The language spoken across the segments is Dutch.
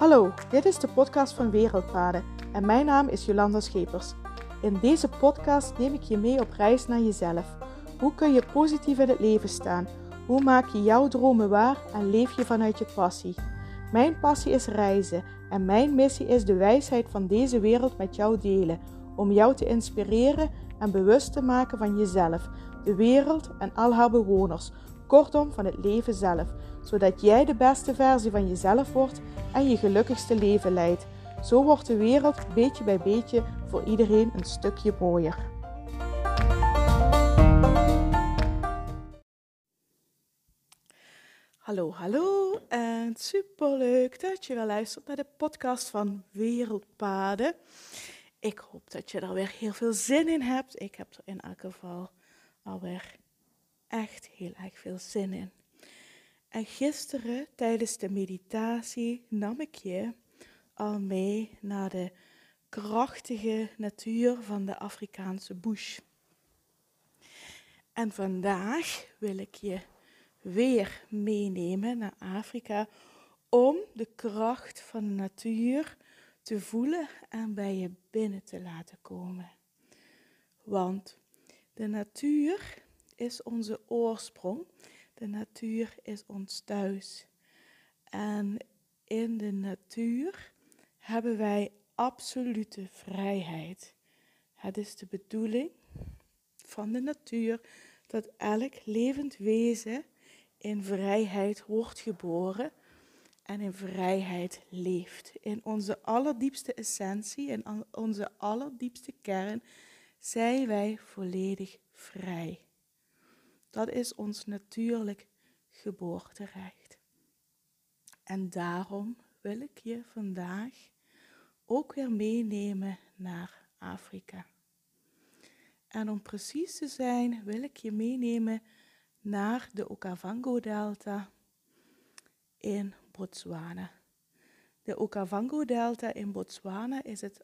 Hallo, dit is de podcast van Wereldpaden en mijn naam is Jolanda Schepers. In deze podcast neem ik je mee op reis naar jezelf. Hoe kun je positief in het leven staan? Hoe maak je jouw dromen waar en leef je vanuit je passie? Mijn passie is reizen en mijn missie is de wijsheid van deze wereld met jou delen. Om jou te inspireren en bewust te maken van jezelf, de wereld en al haar bewoners. Kortom, van het leven zelf. Zodat jij de beste versie van jezelf wordt en je gelukkigste leven leidt. Zo wordt de wereld beetje bij beetje voor iedereen een stukje mooier. Hallo en superleuk dat je weer luistert naar de podcast van Wereldpaden. Ik hoop dat je er weer heel veel zin in hebt. Ik heb er in elk geval alweer echt heel erg veel zin in. En gisteren tijdens de meditatie nam ik je al mee naar de krachtige natuur van de Afrikaanse bush. En vandaag wil ik je weer meenemen naar Afrika om de kracht van de natuur te voelen en bij je binnen te laten komen. Want de natuur is onze oorsprong. De natuur is ons thuis. En in de natuur hebben wij absolute vrijheid. Het is de bedoeling van de natuur dat elk levend wezen in vrijheid wordt geboren en in vrijheid leeft. In onze allerdiepste essentie, in onze allerdiepste kern, zijn wij volledig vrij. Dat is ons natuurlijk geboorterecht. En daarom wil ik je vandaag ook weer meenemen naar Afrika. En om precies te zijn wil ik je meenemen naar de Okavango-delta in Botswana. De Okavango-delta in Botswana is de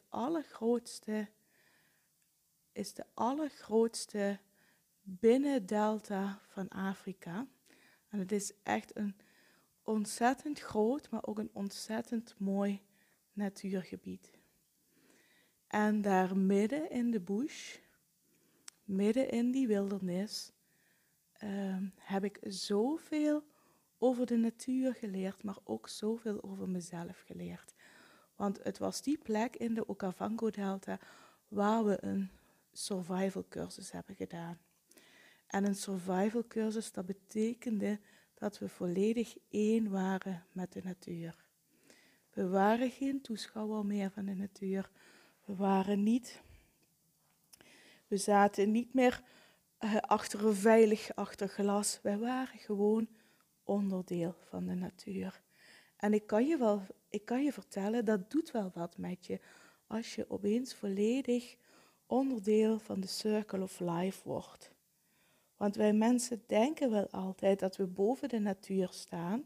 allergrootste binnendelta van Afrika. En het is echt een ontzettend groot, maar ook een ontzettend mooi natuurgebied. En daar midden in de bush, midden in die wildernis, heb ik zoveel over de natuur geleerd, maar ook zoveel over mezelf geleerd. Want het was die plek in de Okavango-delta waar we een survival cursus hebben gedaan. En een survival cursus, dat betekende dat we volledig één waren met de natuur. We waren geen toeschouwer meer van de natuur. We zaten niet meer achter glas. Wij waren gewoon onderdeel van de natuur. En ik kan je vertellen, dat doet wel wat met je als je opeens volledig onderdeel van de circle of life wordt. Want wij mensen denken wel altijd dat we boven de natuur staan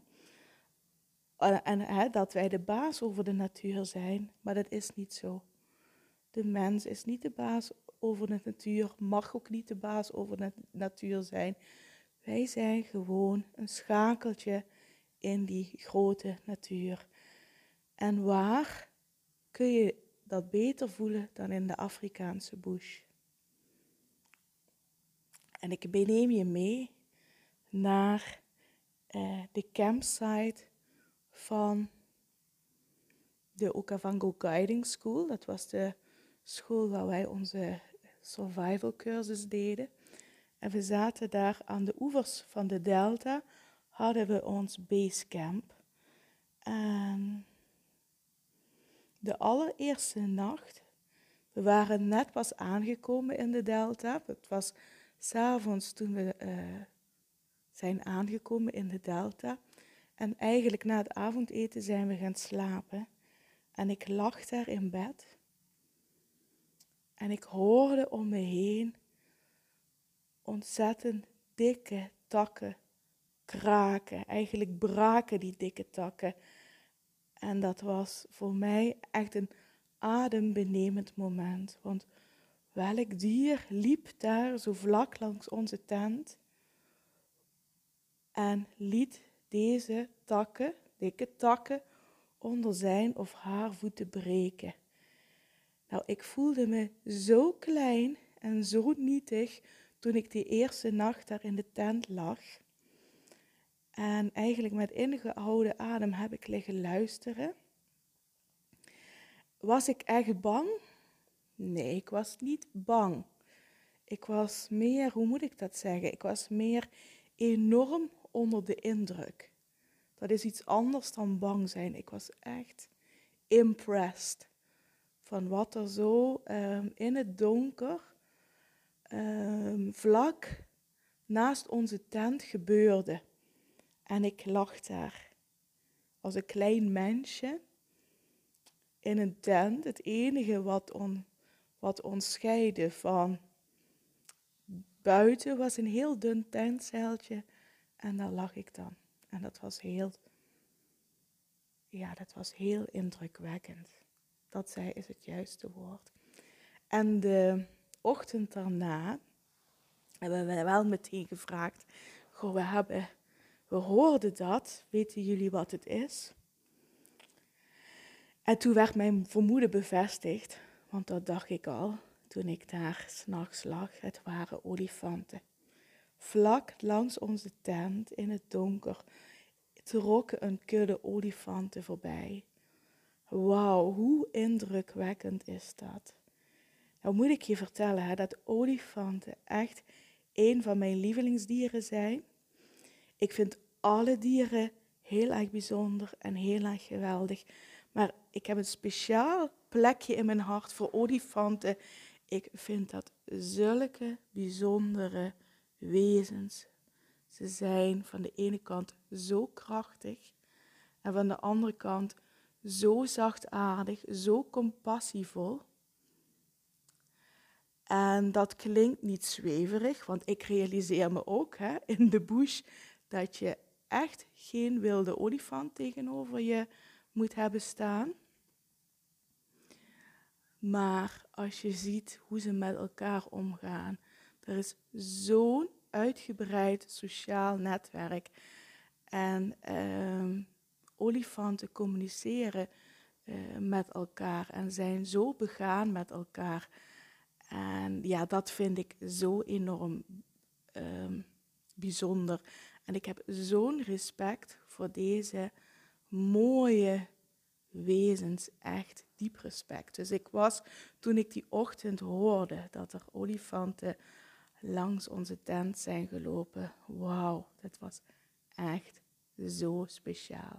en dat wij de baas over de natuur zijn, maar dat is niet zo. De mens is niet de baas over de natuur, mag ook niet de baas over de natuur zijn. Wij zijn gewoon een schakeltje in die grote natuur. En waar kun je dat beter voelen dan in de Afrikaanse bush? En ik neem je mee naar de campsite van de Okavango Guiding School. Dat was de school waar wij onze survival cursus deden. En we zaten daar aan de oevers van de delta, hadden we ons basecamp. En de allereerste nacht, we waren net pas aangekomen in de delta. Het was 's avonds toen we zijn aangekomen in de delta. En eigenlijk na het avondeten zijn we gaan slapen. En ik lag daar in bed. En ik hoorde om me heen ontzettend dikke takken kraken. Eigenlijk braken die dikke takken. En dat was voor mij echt een adembenemend moment. Want welk dier liep daar zo vlak langs onze tent en liet deze takken, dikke takken, onder zijn of haar voeten breken. Nou, ik voelde me zo klein en zo nietig toen ik die eerste nacht daar in de tent lag. En eigenlijk met ingehouden adem heb ik liggen luisteren. Was ik echt bang? Nee, ik was niet bang. Ik was meer, hoe moet ik dat zeggen? Ik was meer enorm onder de indruk. Dat is iets anders dan bang zijn. Ik was echt impressed van wat er zo in het donker, vlak naast onze tent gebeurde. En ik lag daar als een klein mensje in een tent. Het enige wat ons scheidde van buiten was een heel dun tentzeiltje. En daar lag ik dan. En dat was heel indrukwekkend. Dat is het juiste woord. En de ochtend daarna hebben we wel meteen gevraagd. Goh, we hoorden dat. Weten jullie wat het is? En toen werd mijn vermoeden bevestigd. Want dat dacht ik al toen ik daar 's nachts lag. Het waren olifanten. Vlak langs onze tent in het donker trokken een kudde olifanten voorbij. Wauw, hoe indrukwekkend is dat? Nou moet ik je vertellen dat olifanten echt een van mijn lievelingsdieren zijn. Ik vind alle dieren heel erg bijzonder en heel erg geweldig. Maar ik heb een speciaal plekje in mijn hart voor olifanten. Ik vind dat zulke bijzondere wezens. Ze zijn van de ene kant zo krachtig en van de andere kant zo zachtaardig, zo compassievol. En dat klinkt niet zweverig, want ik realiseer me ook in de bush dat je echt geen wilde olifant tegenover je moet hebben staan. Maar als je ziet hoe ze met elkaar omgaan, er is zo'n uitgebreid sociaal netwerk. En olifanten communiceren met elkaar en zijn zo begaan met elkaar. En ja, dat vind ik zo enorm bijzonder. En ik heb zo'n respect voor deze mooie wezens, echt diep respect. Dus toen ik die ochtend hoorde dat er olifanten langs onze tent zijn gelopen, wauw, dat was echt zo speciaal.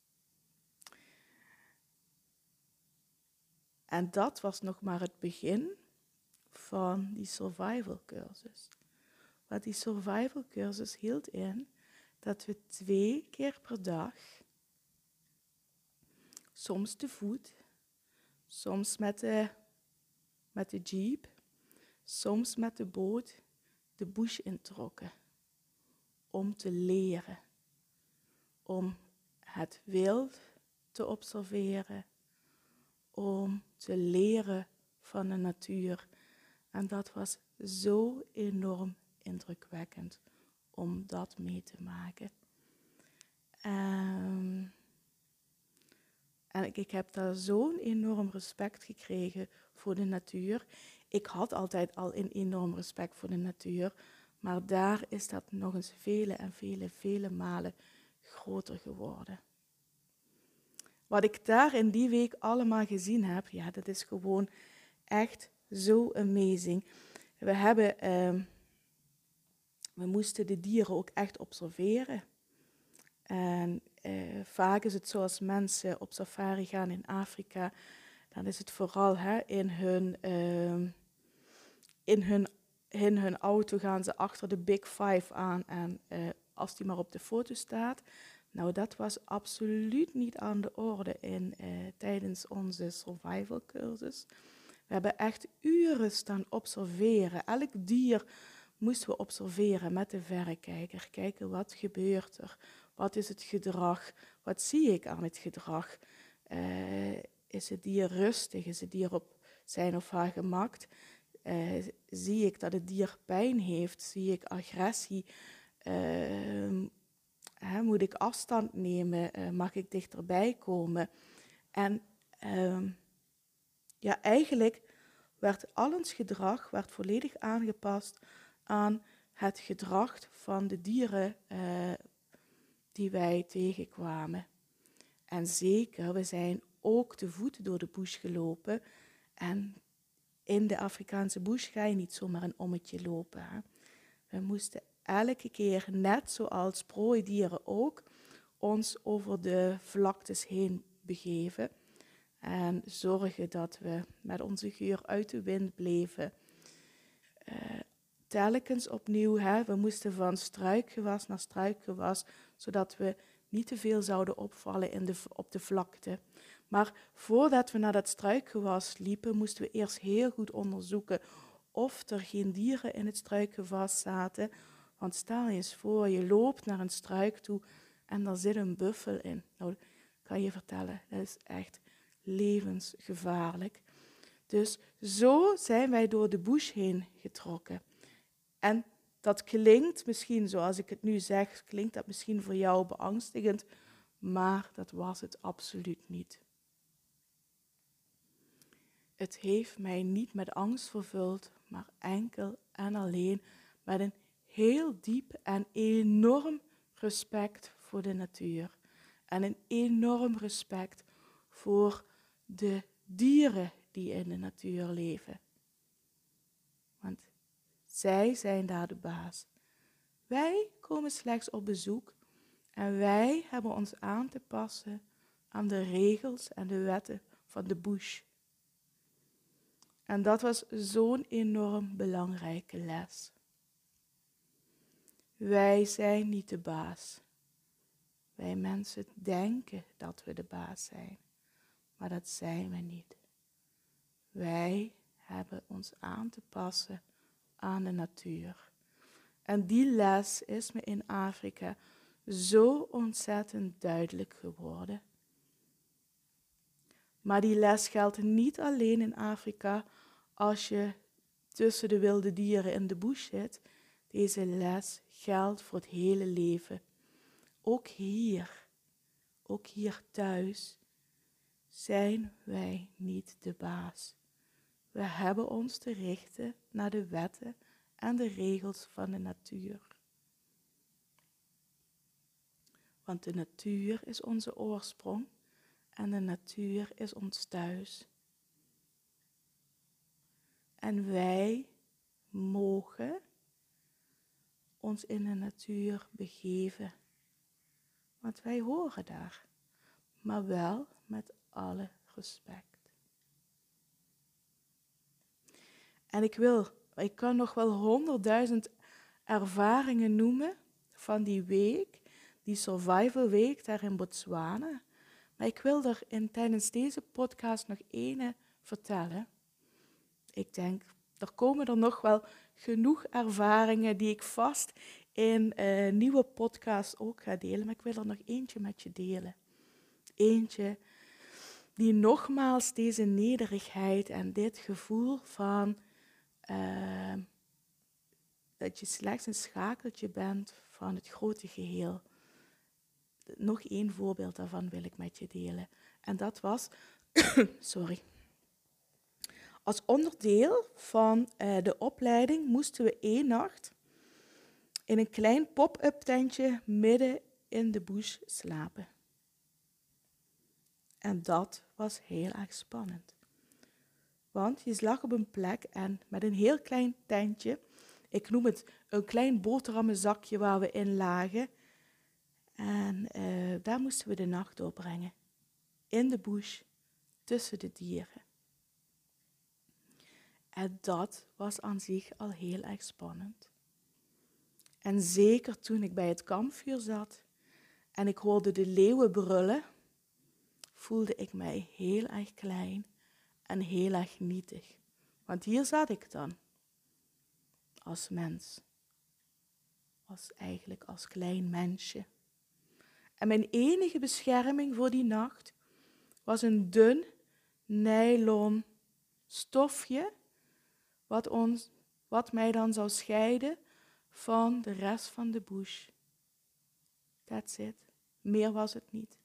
En dat was nog maar het begin van die survival cursus. Want die survival cursus hield in dat we 2 keer per dag, soms te voet, soms met de jeep, soms met de boot, de bush introkken. Om te leren. Om het wild te observeren. Om te leren van de natuur. En dat was zo enorm indrukwekkend om dat mee te maken. En ik heb daar zo'n enorm respect gekregen voor de natuur. Ik had altijd al een enorm respect voor de natuur. Maar daar is dat nog eens vele en vele malen groter geworden. Wat ik daar in die week allemaal gezien heb, ja, dat is gewoon echt zo amazing. We moesten de dieren ook echt observeren. En vaak is het zoals mensen op safari gaan in Afrika, dan is het vooral in hun auto gaan ze achter de Big Five aan en als die maar op de foto staat. Nou, dat was absoluut niet aan de orde tijdens onze survival cursus. We hebben echt uren staan observeren. Elk dier moesten we observeren met de verrekijker. Kijken, wat gebeurt er? Wat is het gedrag? Wat zie ik aan het gedrag? Is het dier rustig? Is het dier op zijn of haar gemak? Zie ik dat het dier pijn heeft? Zie ik agressie? Moet ik afstand nemen? Mag ik dichterbij komen? En eigenlijk werd al ons gedrag volledig aangepast aan het gedrag van de dieren die wij tegenkwamen. En zeker, we zijn ook te voet door de bush gelopen. En in de Afrikaanse bush ga je niet zomaar een ommetje lopen. Hè. We moesten elke keer, net zoals prooidieren ook, ons over de vlaktes heen begeven. En zorgen dat we met onze geur uit de wind bleven. Telkens opnieuw, we moesten van struikgewas naar struikgewas, zodat we niet te veel zouden opvallen op de vlakte. Maar voordat we naar dat struikgewas liepen, moesten we eerst heel goed onderzoeken of er geen dieren in het struikgewas zaten. Want stel je eens voor, je loopt naar een struik toe en daar zit een buffel in. Nou, kan je vertellen, dat is echt levensgevaarlijk. Dus zo zijn wij door de bush heen getrokken. En dat klinkt misschien, zoals ik het nu zeg, klinkt dat misschien voor jou beangstigend, maar dat was het absoluut niet. Het heeft mij niet met angst vervuld, maar enkel en alleen met een heel diep en enorm respect voor de natuur. En een enorm respect voor de dieren die in de natuur leven. Want zij zijn daar de baas. Wij komen slechts op bezoek en wij hebben ons aan te passen aan de regels en de wetten van de bush. En dat was zo'n enorm belangrijke les. Wij zijn niet de baas. Wij mensen denken dat we de baas zijn, maar dat zijn we niet. Wij hebben ons aan te passen aan de natuur. En die les is me in Afrika zo ontzettend duidelijk geworden. Maar die les geldt niet alleen in Afrika als je tussen de wilde dieren in de bush zit. Deze les geldt voor het hele leven. Ook hier thuis, zijn wij niet de baas. We hebben ons te richten naar de wetten en de regels van de natuur. Want de natuur is onze oorsprong en de natuur is ons thuis. En wij mogen ons in de natuur begeven. Want wij horen daar, maar wel met alle respect. En ik kan nog wel 100.000 ervaringen noemen van die week, die survival week daar in Botswana. Maar ik wil er tijdens deze podcast nog één vertellen. Ik denk, er komen er nog wel genoeg ervaringen die ik vast in nieuwe podcasts ook ga delen. Maar ik wil er nog eentje met je delen. Eentje die nogmaals deze nederigheid en dit gevoel van dat je slechts een schakeltje bent van het grote geheel. Nog één voorbeeld daarvan wil ik met je delen. En dat was, als onderdeel van de opleiding moesten we 1 nacht in een klein pop-up tentje midden in de bush slapen. En dat was heel erg spannend. Want je lag op een plek en met een heel klein tentje, ik noem het een klein boterhammenzakje waar we in lagen. En daar moesten we de nacht doorbrengen. In de bush, tussen de dieren. En dat was aan zich al heel erg spannend. En zeker toen ik bij het kampvuur zat en ik hoorde de leeuwen brullen, voelde ik mij heel erg klein en heel erg nietig. Want hier zat ik dan, als mens. Eigenlijk als klein mensje. En mijn enige bescherming voor die nacht was een dun nylon stofje, wat mij dan zou scheiden van de rest van de bush. That's it. Meer was het niet.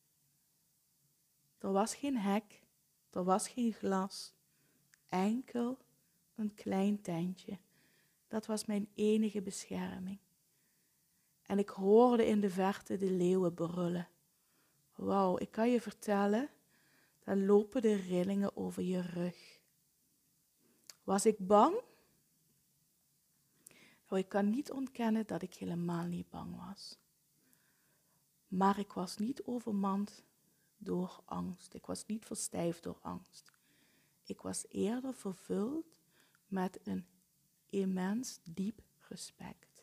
Er was geen hek, er was geen glas. Enkel een klein tentje. Dat was mijn enige bescherming. En ik hoorde in de verte de leeuwen brullen. Wauw, ik kan je vertellen, dan lopen de rillingen over je rug. Was ik bang? Nou, ik kan niet ontkennen dat ik helemaal niet bang was. Maar ik was niet overmand door angst. Ik was niet verstijfd door angst. Ik was eerder vervuld met een immens diep respect.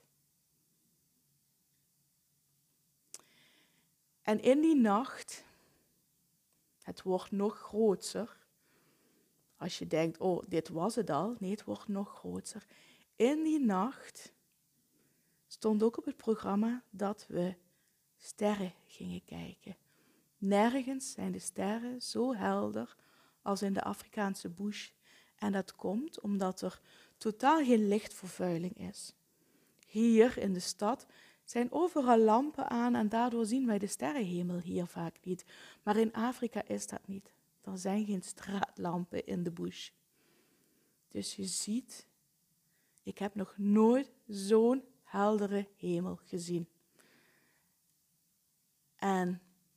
En in die nacht, het wordt nog groter. Als je denkt, oh, dit was het al. Nee, het wordt nog groter. In die nacht stond ook op het programma dat we sterren gingen kijken. Nergens zijn de sterren zo helder als in de Afrikaanse bush. En dat komt omdat er totaal geen lichtvervuiling is. Hier in de stad zijn overal lampen aan en daardoor zien wij de sterrenhemel hier vaak niet. Maar in Afrika is dat niet. Er zijn geen straatlampen in de bush. Dus je ziet, ik heb nog nooit zo'n heldere hemel gezien. En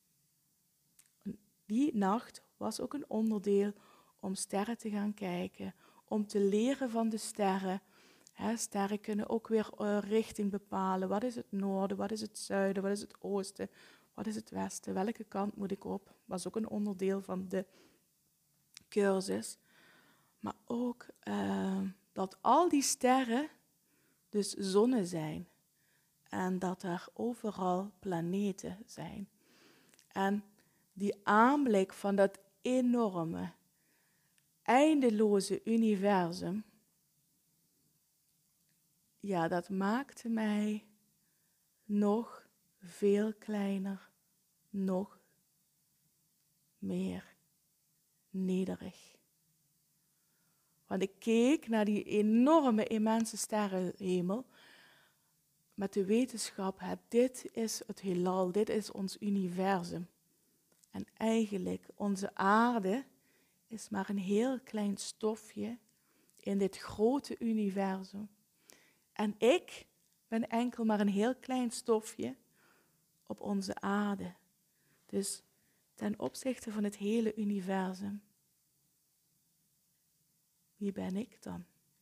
die nacht was ook een onderdeel om sterren te gaan kijken, om te leren van de sterren. Sterren kunnen ook weer richting bepalen. Wat is het noorden, wat is het zuiden, wat is het oosten, wat is het westen, welke kant moet ik op? Was ook een onderdeel van de cursus. Maar ook dat al die sterren dus zonnen zijn. En dat er overal planeten zijn. En die aanblik van dat enorme, eindeloze universum, ja, dat maakte mij nog veel kleiner, nog meer nederig. Want ik keek naar die enorme, immense sterrenhemel met de wetenschap, dit is het heelal, dit is ons universum. En eigenlijk, onze aarde is maar een heel klein stofje in dit grote universum. En ik ben enkel maar een heel klein stofje op onze aarde. Dus ten opzichte van het hele universum. Wie ben ik dan?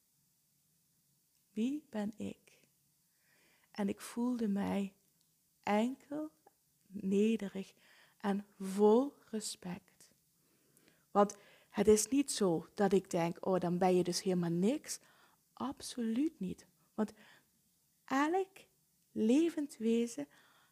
Wie ben ik? En ik voelde mij enkel nederig en vol respect. Want het is niet zo dat ik denk, oh, dan ben je dus helemaal niks. Absoluut niet. Want elk levend wezen,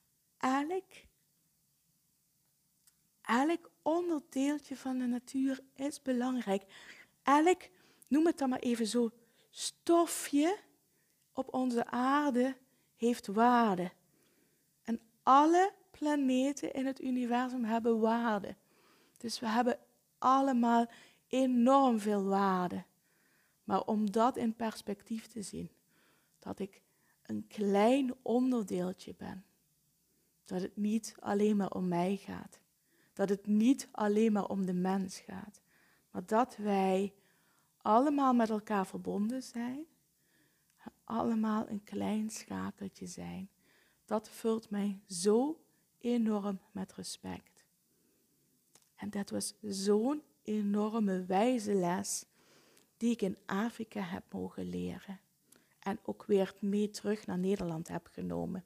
elk onderdeeltje van de natuur is belangrijk. Elk, noem het dan maar even zo, stofje op onze aarde heeft waarde. En alle planeten in het universum hebben waarde. Dus we hebben allemaal enorm veel waarde. Maar om dat in perspectief te zien, dat ik een klein onderdeeltje ben. Dat het niet alleen maar om mij gaat. Dat het niet alleen maar om de mens gaat. Maar dat wij allemaal met elkaar verbonden zijn. Allemaal een klein schakeltje zijn. Dat vult mij zo enorm met respect. En dat was zo'n enorme wijze les die ik in Afrika heb mogen leren. En ook weer mee terug naar Nederland heb genomen.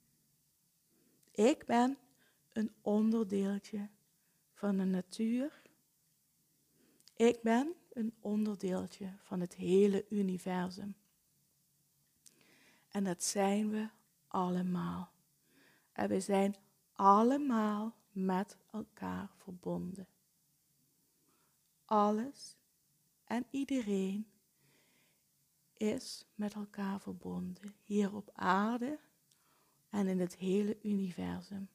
Ik ben een onderdeeltje van de natuur. Ik ben een onderdeeltje van het hele universum. En dat zijn we allemaal. En we zijn allemaal met elkaar verbonden. Alles en iedereen is met elkaar verbonden. Hier op aarde en in het hele universum.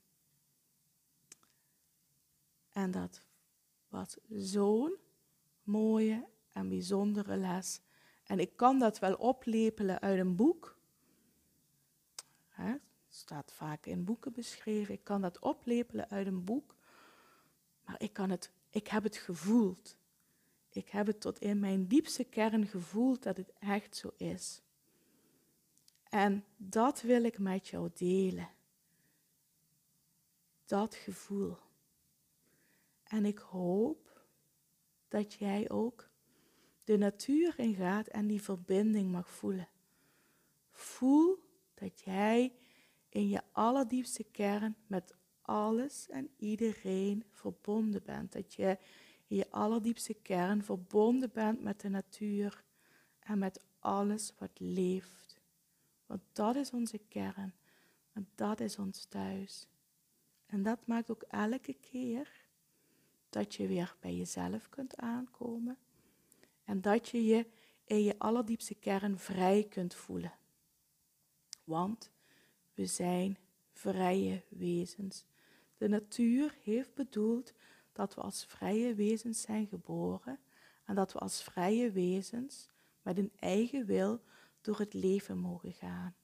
En dat was zo'n mooie en bijzondere les. En ik kan dat wel oplepelen uit een boek. staat vaak in boeken beschreven. Ik kan dat oplepelen uit een boek. Maar ik heb het gevoeld. Ik heb het tot in mijn diepste kern gevoeld dat het echt zo is. En dat wil ik met jou delen. Dat gevoel. En ik hoop dat jij ook de natuur ingaat en die verbinding mag voelen. Voel dat jij in je allerdiepste kern met alles en iedereen verbonden bent. Dat je in je allerdiepste kern verbonden bent met de natuur en met alles wat leeft. Want dat is onze kern en dat is ons thuis. En dat maakt ook elke keer dat je weer bij jezelf kunt aankomen en dat je je in je allerdiepste kern vrij kunt voelen. Want we zijn vrije wezens. De natuur heeft bedoeld dat we als vrije wezens zijn geboren en dat we als vrije wezens met een eigen wil door het leven mogen gaan.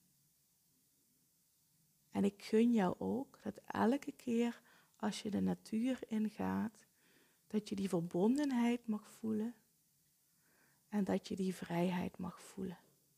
En ik gun jou ook dat elke keer als je de natuur ingaat, dat je die verbondenheid mag voelen en dat je die vrijheid mag voelen.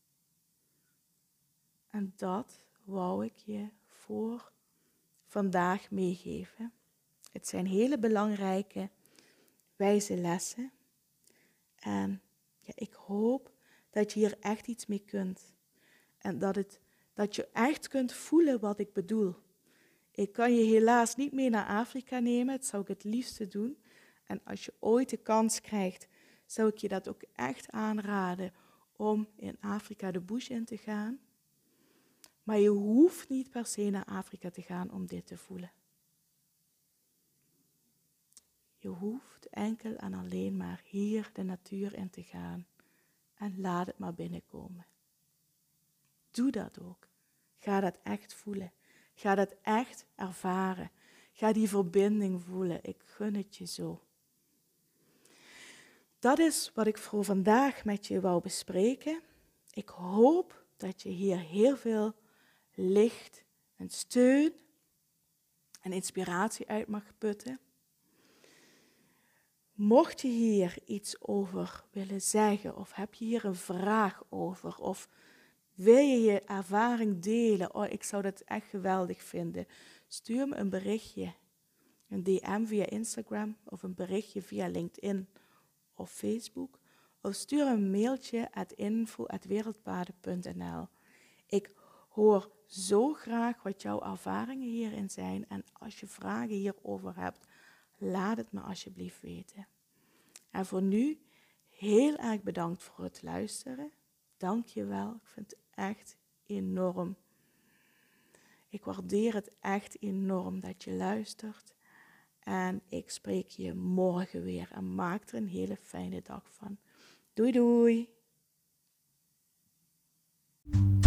En dat wou ik je voor vandaag meegeven. Het zijn hele belangrijke, wijze lessen. En ja, ik hoop dat je hier echt iets mee kunt. En dat je echt kunt voelen wat ik bedoel. Ik kan je helaas niet mee naar Afrika nemen, dat zou ik het liefste doen. En als je ooit de kans krijgt, zou ik je dat ook echt aanraden om in Afrika de bush in te gaan. Maar je hoeft niet per se naar Afrika te gaan om dit te voelen. Je hoeft enkel en alleen maar hier de natuur in te gaan en laat het maar binnenkomen. Doe dat ook. Ga dat echt voelen. Ga dat echt ervaren. Ga die verbinding voelen. Ik gun het je zo. Dat is wat ik voor vandaag met je wou bespreken. Ik hoop dat je hier heel veel licht en steun en inspiratie uit mag putten. Mocht je hier iets over willen zeggen of heb je hier een vraag over of wil je je ervaring delen? Oh, ik zou dat echt geweldig vinden. Stuur me een berichtje, een DM via Instagram of een berichtje via LinkedIn of Facebook. Of stuur een mailtje @info@wereldpaden.nl. Ik hoor zo graag wat jouw ervaringen hierin zijn. En als je vragen hierover hebt, laat het me alsjeblieft weten. En voor nu, heel erg bedankt voor het luisteren. Dank je wel. Ik vind het echt enorm. Ik waardeer het echt enorm dat je luistert. En ik spreek je morgen weer. En maak er een hele fijne dag van. Doei doei.